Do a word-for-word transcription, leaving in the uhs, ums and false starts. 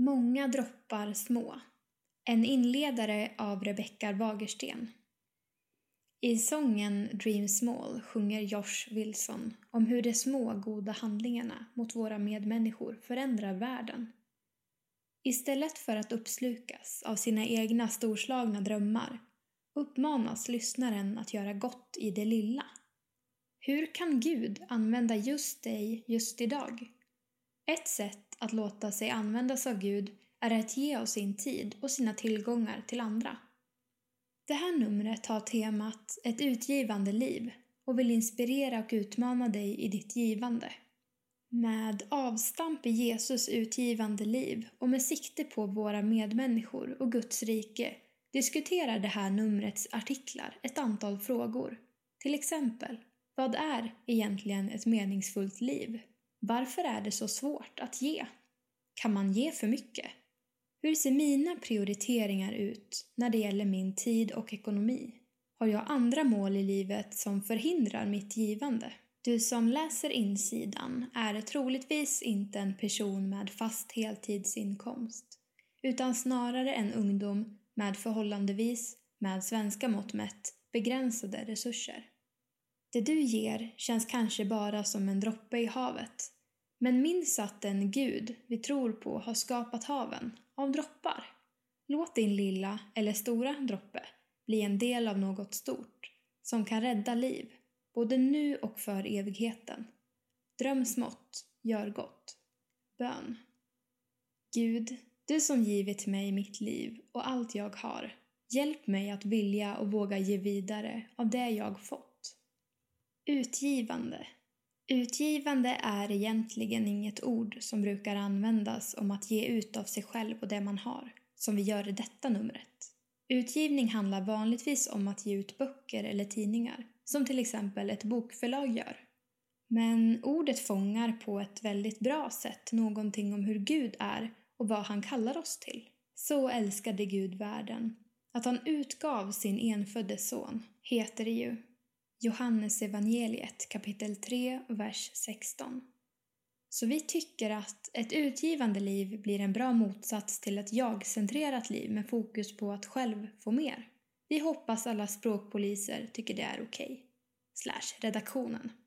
Många droppar små. En inledare av Rebecca Wagersten. I sången Dream Small sjunger Josh Wilson om hur de små goda handlingarna mot våra medmänniskor förändrar världen. Istället för att uppslukas av sina egna storslagna drömmar uppmanas lyssnaren att göra gott i det lilla. Hur kan Gud använda just dig just idag? Ett sätt att låta sig användas av Gud är att ge oss sin tid och sina tillgångar till andra. Det här numret har temat ett utgivande liv och vill inspirera och utmana dig i ditt givande. Med avstamp i Jesus utgivande liv och med sikte på våra medmänniskor och Guds rike diskuterar det här numrets artiklar ett antal frågor. Till exempel, vad är egentligen ett meningsfullt liv? Varför är det så svårt att ge? Kan man ge för mycket? Hur ser mina prioriteringar ut när det gäller min tid och ekonomi? Har jag andra mål i livet som förhindrar mitt givande? Du som läser insidan är troligtvis inte en person med fast heltidsinkomst, utan snarare en ungdom med förhållandevis, med svenska mått mätt, begränsade resurser. Det du ger känns kanske bara som en droppe i havet, men minns att den Gud vi tror på har skapat haven av droppar. Låt din lilla eller stora droppe bli en del av något stort som kan rädda liv, både nu och för evigheten. Dröm smått, gör gott. Bön. Gud, du som givit mig mitt liv och allt jag har, hjälp mig att vilja och våga ge vidare av det jag fått. Utgivande. Utgivande är egentligen inget ord som brukar användas om att ge ut av sig själv och det man har, som vi gör i detta numret. Utgivning handlar vanligtvis om att ge ut böcker eller tidningar, som till exempel ett bokförlag gör. Men ordet fångar på ett väldigt bra sätt någonting om hur Gud är och vad han kallar oss till. Så älskade Gud världen, att han utgav sin enfödde son, heter det ju. Johannes evangeliet kapitel tre, vers sexton. Så vi tycker att ett utgivande liv blir en bra motsats till ett jag-centrerat liv med fokus på att själv få mer. Vi hoppas alla språkpoliser tycker det är okej. Slash redaktionen.